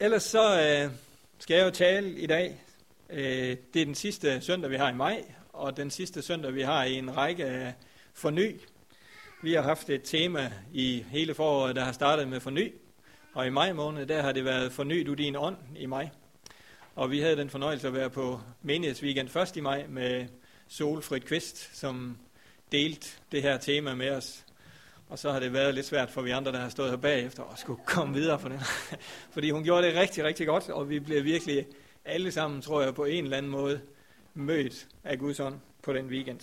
Ellers så skal jeg jo tale i dag. Det er den sidste søndag, vi har i maj, og den sidste søndag, vi har i en række af forny. Vi har haft et tema i hele foråret, der har startet med forny, og i maj måned, der har det været forny du din ånd i maj. Og vi havde den fornøjelse at være på menighedsweekend 1. i maj med Solfrid Kvist, som delte det her tema med os. Og så har det været lidt svært for vi andre, der har stået her bagefter og skulle komme videre for den. Fordi hun gjorde det rigtig, rigtig godt, og vi blev virkelig alle sammen, tror jeg, på en eller anden måde mødt af Guds ånd på den weekend.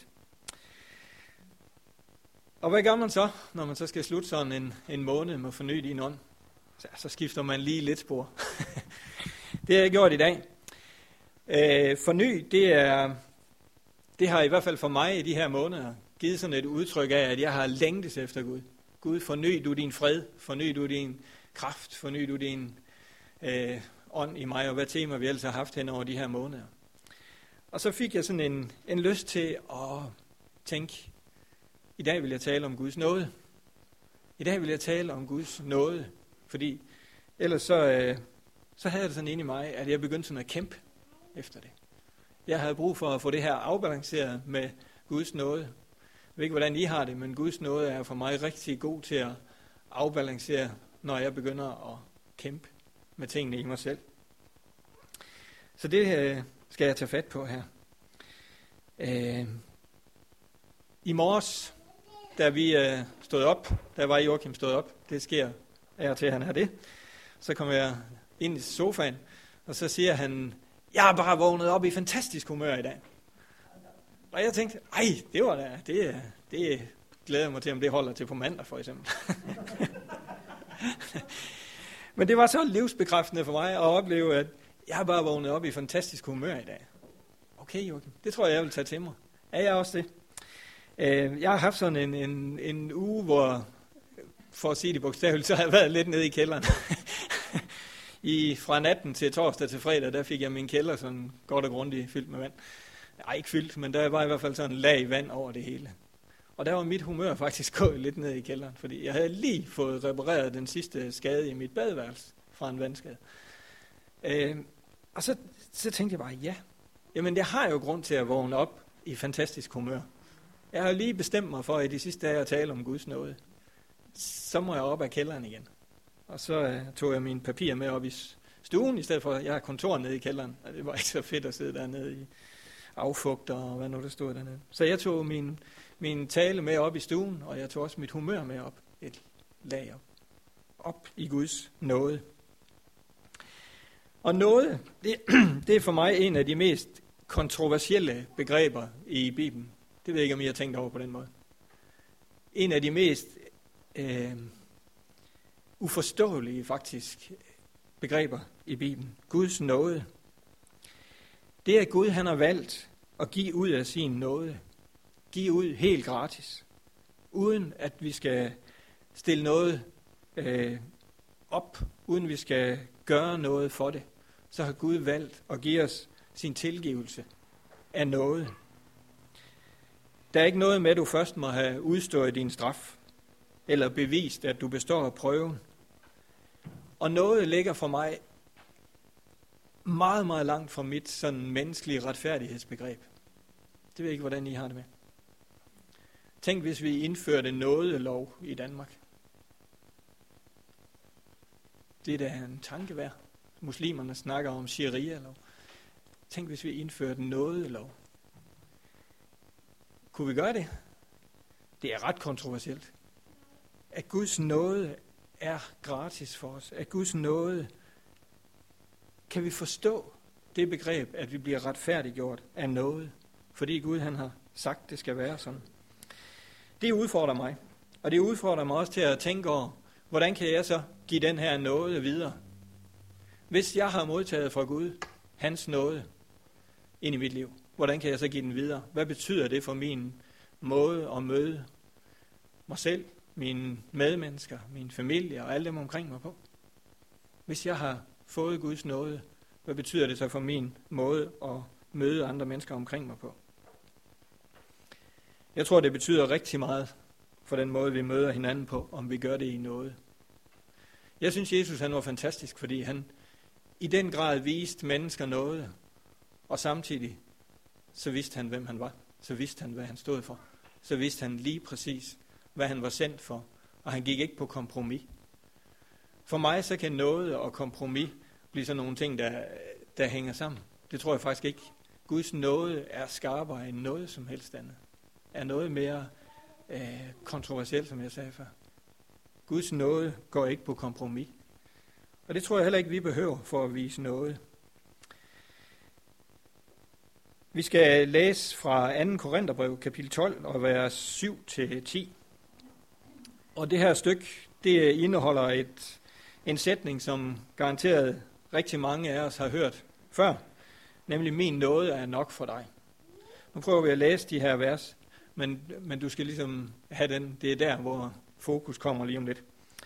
Og hvad gør man så, når man så skal slutte sådan en måned med forny din ånd? Så skifter man lige lidt spor. Det har jeg gjort i dag. Forny, det har i hvert fald for mig i de her måneder givet sådan et udtryk af, at jeg har længtes efter Gud. Gud, forny du din fred, forny du din kraft, forny du din ånd i mig, og hvad tema vi ellers har haft hen over de her måneder. Og så fik jeg sådan en lyst til at tænke, i dag vil jeg tale om Guds nåde. I dag vil jeg tale om Guds nåde, fordi ellers så havde jeg det sådan inde i mig, at jeg begyndte sådan at kæmpe efter det. Jeg havde brug for at få det her afbalanceret med Guds nåde. Jeg ved ikke, hvordan I har det, men Guds nåde er for mig rigtig god til at afbalancere, når jeg begynder at kæmpe med tingene i mig selv. Så det skal jeg tage fat på her. I morges, da vi stod op, der var Joachim stået op, det sker af og til, han har det, så kom jeg ind i sofaen, og så siger han, jeg har bare vågnet op i fantastisk humør i dag. Og jeg tænkte, det var da, det glæder jeg mig til, om det holder til på mandag for eksempel. Men det var så livsbekræftende for mig at opleve, at jeg har bare vågnet op i fantastisk humør i dag. Okay, Joachim, det tror jeg vil tage til mig. Er jeg også det? Jeg har haft sådan en uge, hvor, for at sige det bogstaveligt, så har jeg været lidt nede i kælderen. Fra natten til torsdag til fredag, der fik jeg min kælder sådan godt og grundigt fyldt med vand. Nej, ikke fyldt, men der var i hvert fald sådan en lag vand over det hele. Og der var mit humør faktisk gået lidt ned i kælderen, fordi jeg havde lige fået repareret den sidste skade i mit badeværelse fra en vandskade. Og så tænkte jeg bare, jamen jeg har jo grund til at vågne op i fantastisk humør. Jeg har lige bestemt mig for i de sidste dage at tale om Guds nåde. Så må jeg op af kælderen igen. Og så tog jeg mine papirer med op i stuen, i stedet for at jeg har kontor nede i kælderen. Og det var ikke så fedt at sidde dernede i affugter og hvad nu der stod dernede. Så jeg tog min tale med op i stuen, og jeg tog også mit humør med op. Et lag op i Guds nåde. Og nåde, det er for mig en af de mest kontroversielle begreber i Bibelen. Det ved jeg ikke, om I har tænkt over på den måde. En af de mest uforståelige faktisk begreber i Bibelen. Guds nåde. Det er, at Gud han har valgt at give ud af sin nåde. Give ud helt gratis. Uden at vi skal stille noget op. Uden vi skal gøre noget for det. Så har Gud valgt at give os sin tilgivelse af nåde. Der er ikke noget med, at du først må have udstået din straf. Eller bevist, at du består af prøven. Og noget ligger for mig meget, meget langt fra mit sådan menneskelige retfærdighedsbegreb. Det ved jeg ikke, hvordan I har det med. Tænk, hvis vi indførte nådelov i Danmark. Det er da en tanke værd. Muslimerne snakker om sharia-lov. Tænk, hvis vi indførte nådelov. Kunne vi gøre det? Det er ret kontroversielt. At Guds nåde er gratis for os. At Guds nåde, kan vi forstå det begreb, at vi bliver retfærdiggjort af nåde, fordi Gud han har sagt, det skal være sådan. Det udfordrer mig, og det udfordrer mig også til at tænke over, hvordan kan jeg så give den her nåde videre? Hvis jeg har modtaget fra Gud hans nåde ind i mit liv, hvordan kan jeg så give den videre? Hvad betyder det for min måde at møde mig selv, mine medmennesker, min familie og alle dem omkring mig på? Hvis jeg har fået Guds nåde, hvad betyder det så for min måde at møde andre mennesker omkring mig på? Jeg tror, det betyder rigtig meget for den måde, vi møder hinanden på, om vi gør det i nåde. Jeg synes, Jesus han var fantastisk, fordi han i den grad viste mennesker noget, og samtidig så vidste han, hvem han var. Så vidste han, hvad han stod for. Så vidste han lige præcis, hvad han var sendt for, og han gik ikke på kompromis. For mig så kan noget og kompromis blive sådan nogle ting, der hænger sammen. Det tror jeg faktisk ikke. Guds nåde er skarpere end noget som helst andet. Er noget mere kontroversielt, som jeg sagde før. Guds nåde går ikke på kompromis. Og det tror jeg heller ikke, vi behøver for at vise noget. Vi skal læse fra 2. Korintherbrev, kapitel 12, og vers 7-10. Og det her stykke, det indeholder en sætning, som garanteret rigtig mange af os har hørt før, nemlig min nåde er nok for dig. Nu prøver vi at læse de her vers, men du skal ligesom have den, det er der, hvor fokus kommer lige om lidt.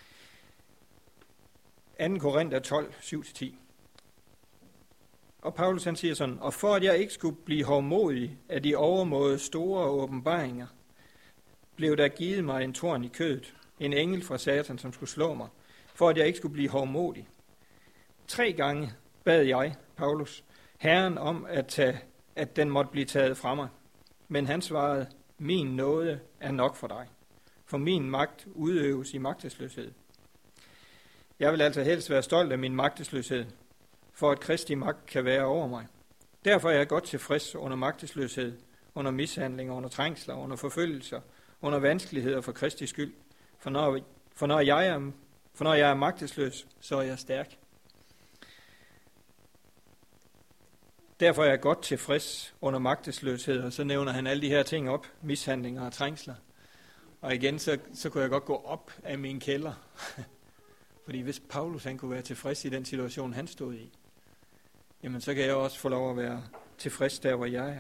2. Korinther 12, 7-10. Og Paulus han siger sådan, og for at jeg ikke skulle blive hovmodig af de overmåde store åbenbaringer, blev der givet mig en torn i kødet, en engel fra Satan, som skulle slå mig, for at jeg ikke skulle blive hovmodig. 3 gange bad jeg, Paulus, Herren om, at den måtte blive taget fra mig. Men han svarede, min nåde er nok for dig, for min magt udøves i magtesløshed. Jeg vil altså helst være stolt af min magtesløshed, for at Kristi magt kan være over mig. Derfor er jeg godt tilfreds under magtesløshed, under mishandlinger, under trængsler, under forfølgelser, under vanskeligheder for Kristi skyld. For når jeg er magtesløs, så er jeg stærk. Derfor er jeg godt tilfreds under magtesløshed, og så nævner han alle de her ting op, mishandlinger og trængsler. Og igen, så kunne jeg godt gå op af min kælder. Fordi hvis Paulus han kunne være tilfreds i den situation, han stod i, jamen så kan jeg også få lov at være tilfreds der, hvor jeg er.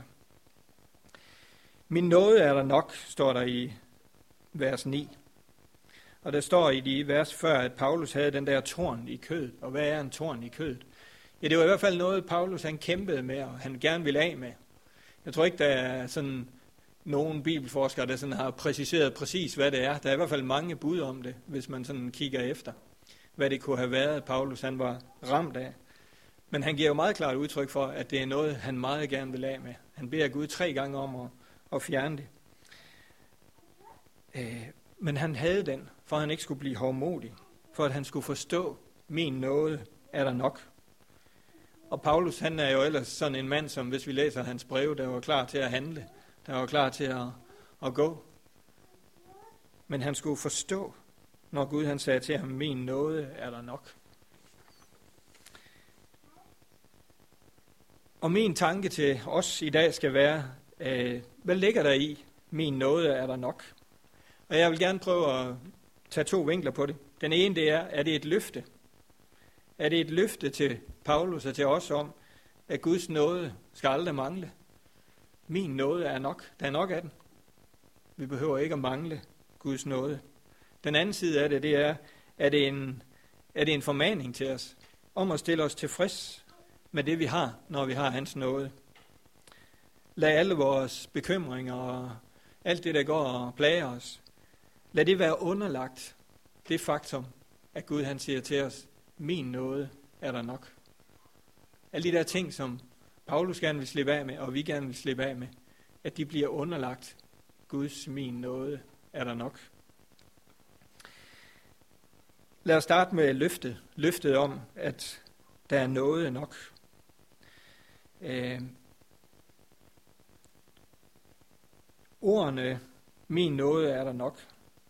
Min nåde er der nok, står der i vers 9. Og der står i de vers før, at Paulus havde den der torn i kødet. Og hvad er en torn i kødet? Ja, det var i hvert fald noget, Paulus han kæmpede med, og han gerne ville af med. Jeg tror ikke, der er sådan nogen bibelforskere, der sådan har præciseret præcis, hvad det er. Der er i hvert fald mange bud om det, hvis man sådan kigger efter, hvad det kunne have været, Paulus han var ramt af. Men han giver jo meget klart udtryk for, at det er noget, han meget gerne vil af med. Han beder Gud 3 gange om at fjerne det. Men han havde den, for at han ikke skulle blive hovmodig. For at han skulle forstå, min nåde er der nok. Og Paulus, han er jo ellers sådan en mand, som hvis vi læser hans breve, der var klar til at handle. Der var klar til at gå. Men han skulle forstå, når Gud han sagde til ham, min nåde er der nok. Og min tanke til os i dag skal være, hvad ligger der i, min nåde er der nok? Og jeg vil gerne prøve at tage 2 vinkler på det. Den ene det er det et løfte? Er det et løfte til Paulus og til os om, at Guds nåde skal aldrig mangle? Min nåde er nok. Der er nok af den. Vi behøver ikke at mangle Guds nåde. Den anden side af det er det en formaning til os om at stille os tilfreds med det, vi har, når vi har hans nåde. Lad alle vores bekymringer og alt det, der går og plager os, lad det være underlagt det faktum, at Gud han siger til os, min nåde er der nok. Alle de der ting, som Paulus gerne vil slippe af med, og vi gerne vil slippe af med, at de bliver underlagt Guds min nåde er der nok. Lad os starte med løftet om, at der er noget nok. Ordene, min nåde er der nok.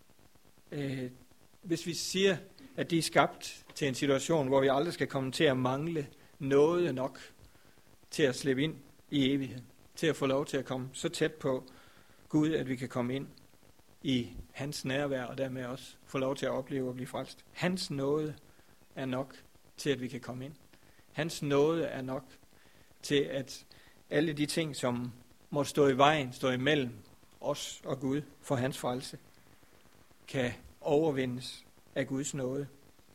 Hvis vi siger, at de er skabt til en situation, hvor vi aldrig skal komme til at mangle noget nok til at slippe ind i evigheden, til at få lov til at komme så tæt på Gud, at vi kan komme ind i hans nærvær, og dermed også få lov til at opleve og blive frelst. Hans nåde er nok til, at vi kan komme ind. Hans nåde er nok til, at alle de ting, som må stå i vejen, stå imellem os og Gud for hans frelse, kan overvindes af Guds nåde.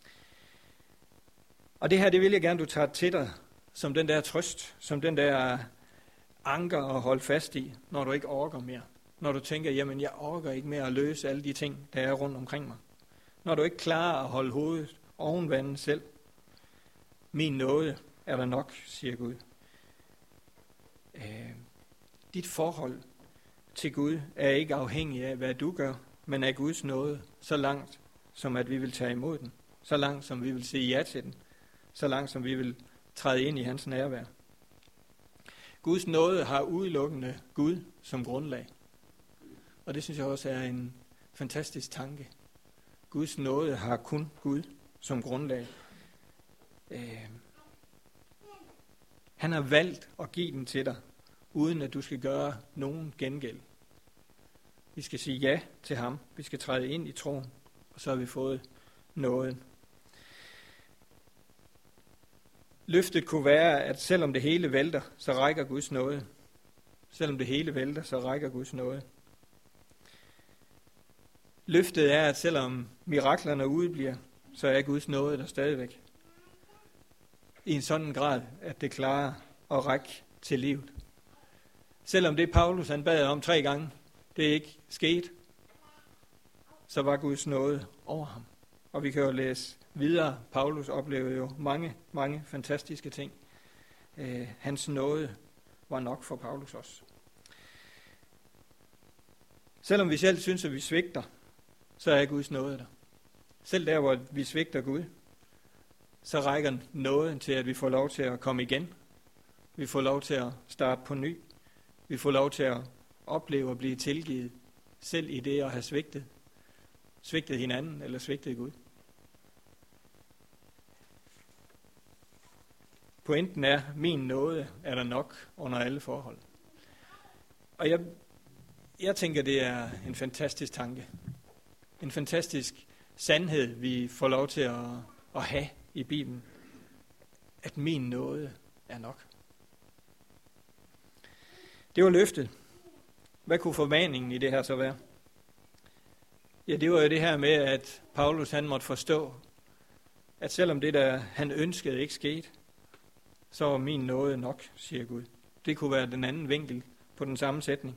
Og det her, det vil jeg gerne, du tager til dig, som den der trøst, som den der anker at holde fast i, når du ikke orker mere. Når du tænker, jamen jeg orker ikke mere at løse alle de ting, der er rundt omkring mig. Når du ikke klarer at holde hovedet oven vandet selv. Min nåde er der nok, siger Gud. Dit forhold til Gud er ikke afhængig af, hvad du gør, men af Guds nåde, så langt som at vi vil tage imod den, så langt som vi vil sige ja til den, så langt som vi vil træde ind i hans nærvær. Guds nåde har udelukkende Gud som grundlag. Og det synes jeg også er en fantastisk tanke. Guds nåde har kun Gud som grundlag. Han har valgt at give den til dig, uden at du skal gøre nogen gengæld. Vi skal sige ja til ham. Vi skal træde ind i troen, og så har vi fået nåden. Løftet kunne være, at selvom det hele vælter, så rækker Guds nåde. Selvom det hele vælter, så rækker Guds nåde. Løftet er, at selvom miraklerne udebliver, så er Guds nåde der stadigvæk. I en sådan grad, at det klarer at række til livet. Selvom det Paulus han bad om 3 gange, det ikke skete, så var Guds nåde over ham. Og vi kan jo læse videre. Paulus oplevede jo mange fantastiske ting. Hans nåde var nok for Paulus også. Selvom vi selv synes, at vi svigter, så er Guds nåde der. Selv der, hvor vi svigter Gud, så rækker nåden til, at vi får lov til at komme igen. Vi får lov til at starte på ny. Vi får lov til at opleve at blive tilgivet, selv i det at have svigtet. Svigtet hinanden eller svigtet Gud. Pointen er, min nåde er der nok under alle forhold. Og jeg tænker, det er en fantastisk tanke. En fantastisk sandhed, vi får lov til at have i Bibelen. At min nåde er nok. Det var løftet. Hvad kunne formaningen i det her så være? Ja, det var jo det her med, at Paulus han måtte forstå, at selvom det, der han ønskede, ikke skete, så var min nåde nok, siger Gud. Det kunne være den anden vinkel på den samme sætning.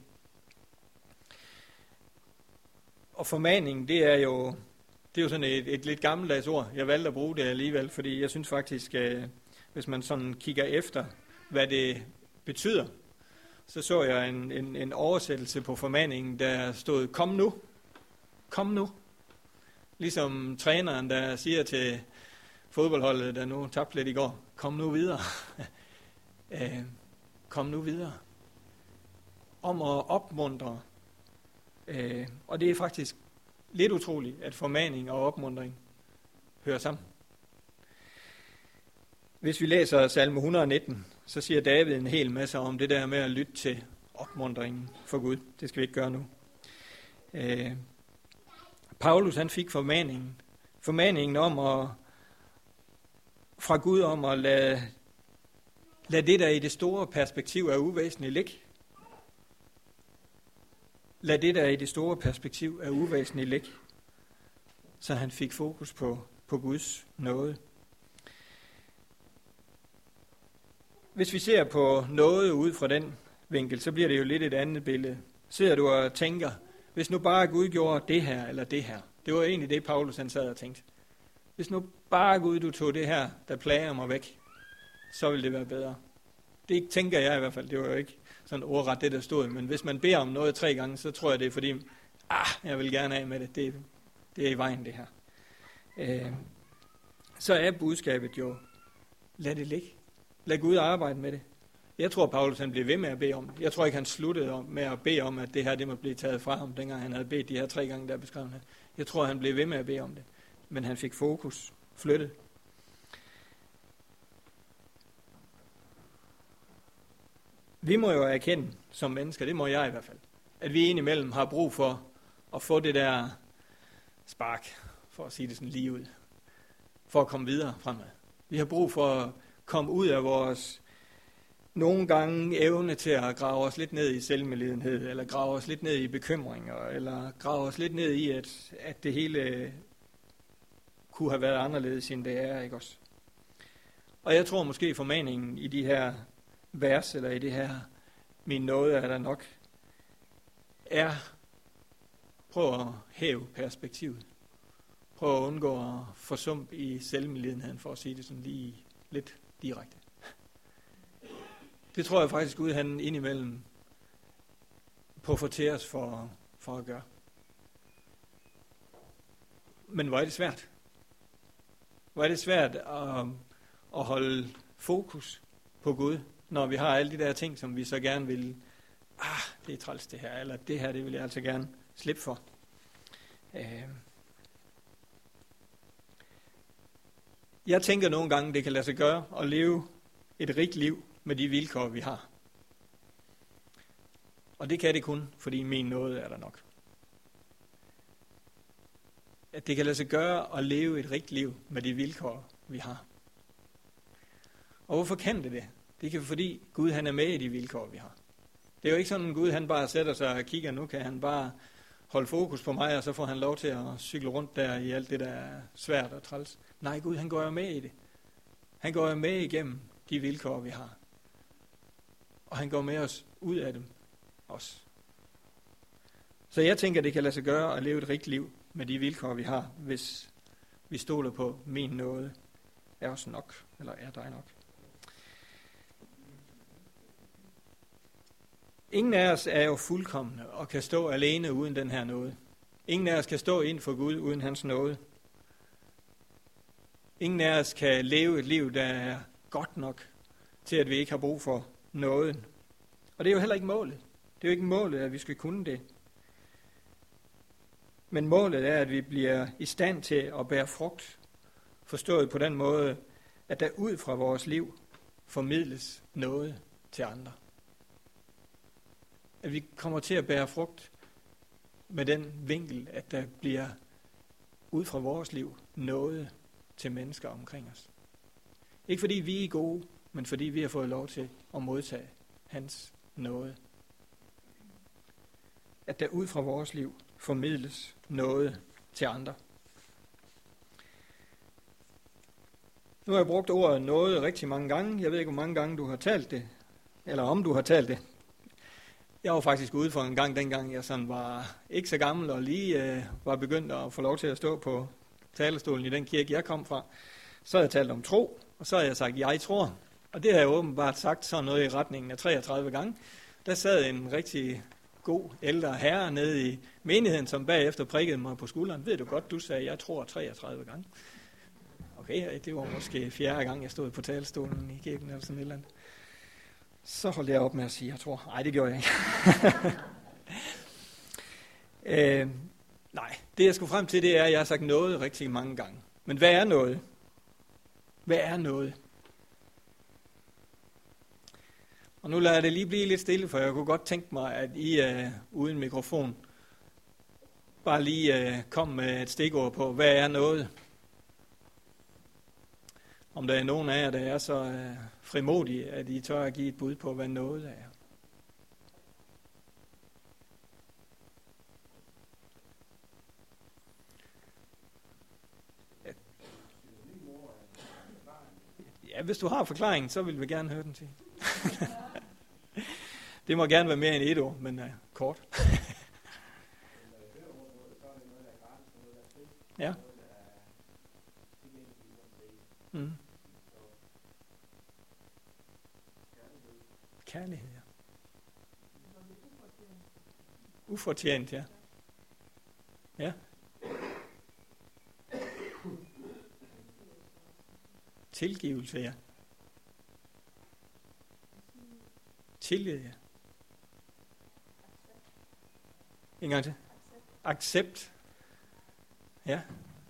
Og formaningen, det er jo sådan et lidt gammeldags ord. Jeg valgte at bruge det alligevel, fordi jeg synes faktisk, hvis man sådan kigger efter, hvad det betyder, så jeg en oversættelse på formaningen, der stod, kom nu. Kom nu. Ligesom træneren, der siger til fodboldholdet, der nu tabte lidt i går, kom nu videre. Kom nu videre. Om at opmuntre. Og det er faktisk lidt utroligt, at formaning og opmuntring hører sammen. Hvis vi læser salme 119, så siger David en hel masse om det der med at lytte til opmuntringen for Gud. Det skal vi ikke gøre nu. Paulus han fik formaningen om fra Gud om at lade det der i det store perspektiv er uvæsentligt ligge. Lad det der i det store perspektiv er uvæsentligt ligge. Så han fik fokus på Guds nåde. Hvis vi ser på noget ud fra den vinkel, så bliver det jo lidt et andet billede. Sidder du og tænker, hvis nu bare Gud gjorde det her eller det her. Det var egentlig det, Paulus han sad og tænkte. Hvis nu bare Gud, du tog det her, der plager mig væk, så ville det være bedre. Det tænker jeg i hvert fald. Det var jo ikke sådan ordret det, der stod. Men hvis man beder om noget 3 gange, så tror jeg, det er fordi, jeg vil gerne af med det. Det er i vejen, det her. Så er budskabet jo, lad det ligge. Lad Gud arbejde med det. Jeg tror, Paulus han blev ved med at bede om det. Jeg tror ikke, han sluttede med at bede om, at det her det må blive taget fra ham, dengang han havde bedt de her 3 gange, der er beskrevet her. Jeg tror, han blev ved med at bede om det. Men han fik fokus flyttet. Vi må jo erkende som mennesker, det må jeg i hvert fald, at vi indimellem har brug for at få det der spark, for at sige det sådan lige ud, for at komme videre fremad. Vi har brug for at komme ud af vores nogle gange evne til at grave os lidt ned i selvmedlidenhed, eller grave os lidt ned i bekymringer, eller grave os lidt ned i, at det hele kunne have været anderledes, end det er, ikke også? Og jeg tror måske formaningen i de her vers, eller i det her, min nåde er der nok, er, prøv at hæve perspektivet. Prøv at undgå at forsumpe i selvmedlidenheden, for at sige det sådan lidt direkte. Det tror jeg faktisk, Gud han indimellem påfører os for at gøre. Men hvor er det svært? Hvor er det svært at holde fokus på Gud, når vi har alle de der ting, som vi så gerne vil, det er træls det her, eller det her, det vil jeg altså gerne slippe for. Jeg tænker nogle gange, det kan lade sig gøre at leve et rigt liv med de vilkår, vi har. Og det kan det kun, fordi min nåde er der nok. At det kan lade sig gøre at leve et rigt liv med de vilkår, vi har. Og hvorfor kan det? Det kan fordi Gud han er med i de vilkår, vi har. Det er jo ikke sådan, at Gud han bare sætter sig og kigger, nu kan han bare holde fokus på mig, og så får han lov til at cykle rundt der i alt det, der er svært og træls. Nej, Gud han går jo med i det. Han går jo med igennem de vilkår, vi har. Og han går med os ud af dem også. Så jeg tænker, det kan lade sig gøre at leve et rigt liv med de vilkår, vi har, hvis vi stoler på min nåde er os nok, eller er dig nok. Ingen af os er jo fuldkomne og kan stå alene uden den her nåde. Ingen af os kan stå ind for Gud uden hans nåde. Ingen af os kan leve et liv, der er godt nok til, at vi ikke har brug for nåden. Og det er jo heller ikke målet. Det er jo ikke målet, at vi skal kunne det. Men målet er, at vi bliver i stand til at bære frugt. Forstået på den måde, at der ud fra vores liv formidles noget til andre. At vi kommer til at bære frugt med den vinkel, at der bliver ud fra vores liv noget til mennesker omkring os. Ikke fordi vi er gode, men fordi vi har fået lov til at modtage hans nåde. At der ud fra vores liv formidles noget til andre. Nu har jeg brugt ordet noget rigtig mange gange. Jeg ved ikke, hvor mange gange du har talt det, eller om du har talt det. Jeg var faktisk ude for en gang, dengang jeg sådan var ikke så gammel, og lige var begyndt at få lov til at stå på talerstolen i den kirke, jeg kom fra. Så har jeg talt om tro, og så har jeg sagt, jeg tror. Og det har jeg åbenbart sagt sådan noget i retningen af 33 gange. Der sad en rigtig god ældre herre nede i menigheden, som bagefter prikkede mig på skulderen. Ved du godt, du sagde, jeg tror 33 gange. Okay, det var måske 4. gang, jeg stod på talerstolen i kirken eller sådan et eller andet. Så holdt jeg op med at sige, jeg tror. Nej, det gjorde jeg ikke. Nej, det jeg skulle frem til, det er, at jeg har sagt noget rigtig mange gange. Men hvad er noget? Hvad er noget? Og nu lader jeg det lige blive lidt stille, for jeg kunne godt tænke mig, at I uden mikrofon bare lige kom med et stikord på, hvad er noget? Om der er nogen af jer, der er så frimodige, at I tør at give et bud på, hvad noget er. Ja, hvis du har forklaringen, så vil vi gerne høre den til. Det må gerne være mere end et ord, men kort. Ja. Mm. Kærlighed, ja. Ufortjent, ja. Ja. Tilgivelse, ja. Tillid, ja. En gang til. Accept. Ja.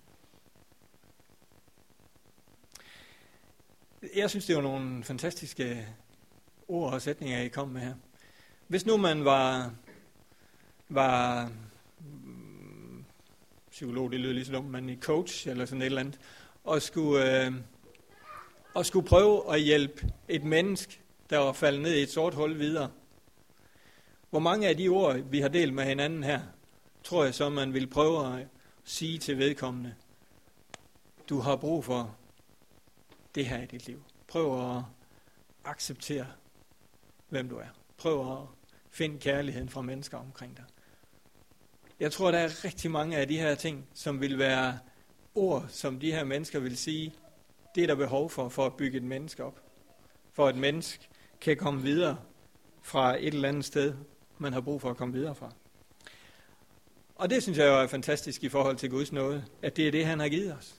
Jeg synes, det var nogle fantastiske ord og sætninger, I kom med her. Hvis nu man var psykolog, det lyder lige så dumt, men i coach eller sådan et eller andet, og skulle prøve at hjælpe et menneske, der var faldet ned i et sort hul videre. Hvor mange af de ord, vi har delt med hinanden her, tror jeg så, man vil prøve at sige til vedkommende, du har brug for det her i dit liv. Prøv at acceptere, hvem du er. Prøv at finde kærligheden fra mennesker omkring dig. Jeg tror, der er rigtig mange af de her ting, som vil være ord, som de her mennesker vil sige det er der behov for at bygge et menneske op. For at et menneske kan komme videre fra et eller andet sted, man har brug for at komme videre fra. Og det synes jeg jo er fantastisk i forhold til Guds nåde, at det er det, han har givet os.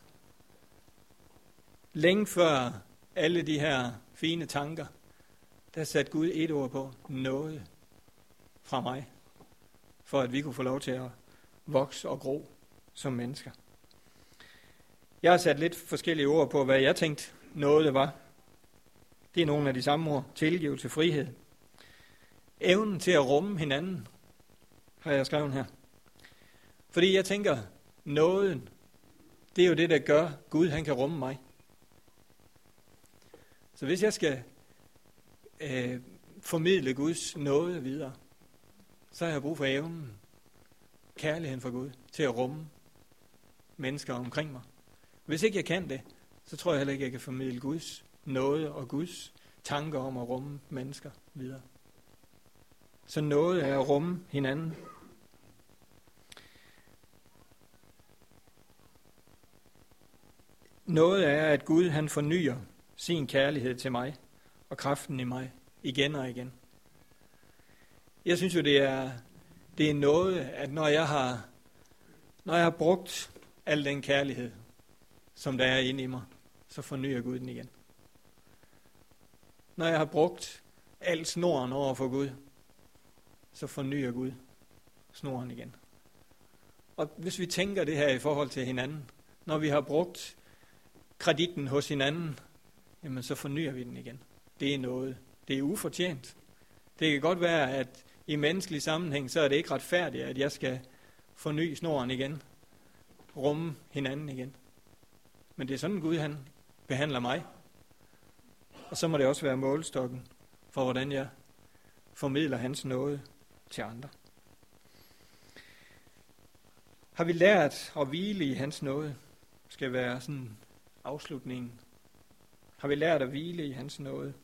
Længe før alle de her fine tanker, der satte Gud et ord på, nåde fra mig, for at vi kunne få lov til at vokse og gro som mennesker. Jeg har sat lidt forskellige ord på, hvad jeg tænkte nåde var. Det er nogle af de samme ord. Tilgivelse, frihed. Evnen til at rumme hinanden, har jeg skrevet her. Fordi jeg tænker, nåden, det er jo det, der gør Gud, han kan rumme mig. Så hvis jeg skal formidle Guds nåde videre, så har jeg brug for evnen, kærligheden for Gud, til at rumme mennesker omkring mig. Hvis ikke jeg kan det, så tror jeg heller ikke, jeg kan formidle Guds nåde og Guds tanker om at rumme mennesker videre. Så nåde er at rumme hinanden. Noget er, at Gud han fornyer sin kærlighed til mig og kraften i mig igen og igen. Jeg synes jo, det er noget, at når jeg har brugt al den kærlighed, som der er inde i mig, så fornyer Gud den igen. Når jeg har brugt al snoren over for Gud, så fornyer Gud snoren igen. Og hvis vi tænker det her i forhold til hinanden, når vi har brugt kreditten hos hinanden, jamen så fornyer vi den igen. Det er noget. Det er ufortjent. Det kan godt være, at i menneskelig sammenhæng, så er det ikke retfærdigt, at jeg skal forny snoren igen. Rumme hinanden igen. Men det er sådan Gud, han behandler mig. Og så må det også være målestokken for, hvordan jeg formidler hans nåde til andre. Har vi lært at hvile i hans nåde? Skal være sådan afslutningen. Har vi lært at hvile i hans nåde?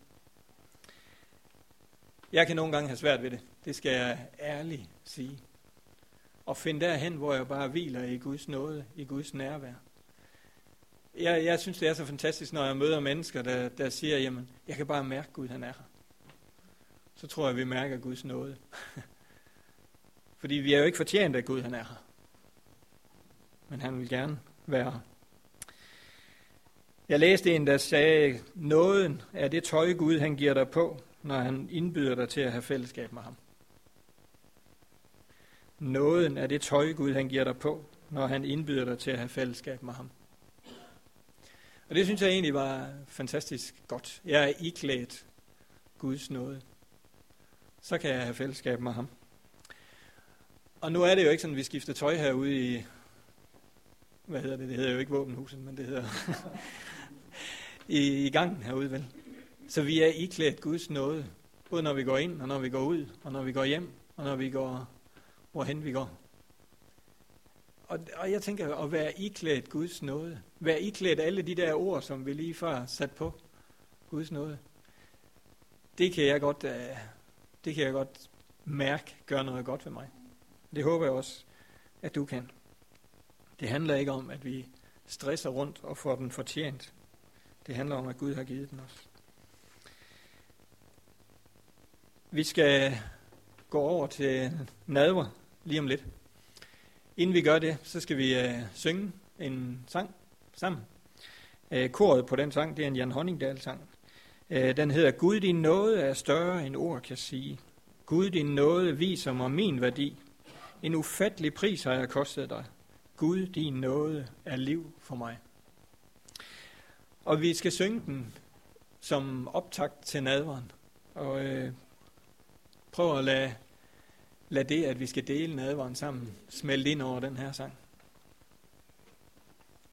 Jeg kan nogle gange have svært ved det. Det skal jeg ærligt sige. Og finde derhen, hvor jeg bare hviler i Guds nåde, i Guds nærvær. Jeg synes, det er så fantastisk, når jeg møder mennesker, der siger, jamen, jeg kan bare mærke, Gud han er her. Så tror jeg, vi mærker Guds nåde. Fordi vi er jo ikke fortjent, at Gud han er her. Men han vil gerne være her. Jeg læste en, der sagde, nåden er det tøj, Gud han giver dig på, når han indbyder dig til at have fællesskab med ham. Nåden er det tøj, Gud han giver dig på, når han indbyder dig til at have fællesskab med ham. Og det synes jeg egentlig var fantastisk godt. Jeg er iklædt Guds nåde. Så kan jeg have fællesskab med ham. Og nu er det jo ikke sådan, at vi skifter tøj herude i, hvad hedder det? Det hedder jo ikke våbenhuset, men det hedder i gangen herude, vel? Så vi er iklædt Guds nåde, både når vi går ind, og når vi går ud, og når vi går hjem, og når vi går, hvorhen vi går. Og jeg tænker, at være iklædt Guds nåde, være iklædt alle de der ord, som vi lige før sat på Guds nåde, det kan jeg godt mærke gør noget godt ved mig. Det håber jeg også, at du kan. Det handler ikke om, at vi stresser rundt og får den fortjent. Det handler om, at Gud har givet den os. Vi skal gå over til nadver lige om lidt. Inden vi gør det, så skal vi synge en sang sammen. Koret på den sang, det er en Jan Honningdal-sang. Den hedder, Gud din nåde er større end ord kan sige. Gud din nåde viser mig min værdi. En ufattelig pris har jeg kostet dig. Gud din nåde er liv for mig. Og vi skal synge den som optakt til nadveren. Og prøv at lade det, at vi skal dele nadveren sammen, smelte ind over den her sang.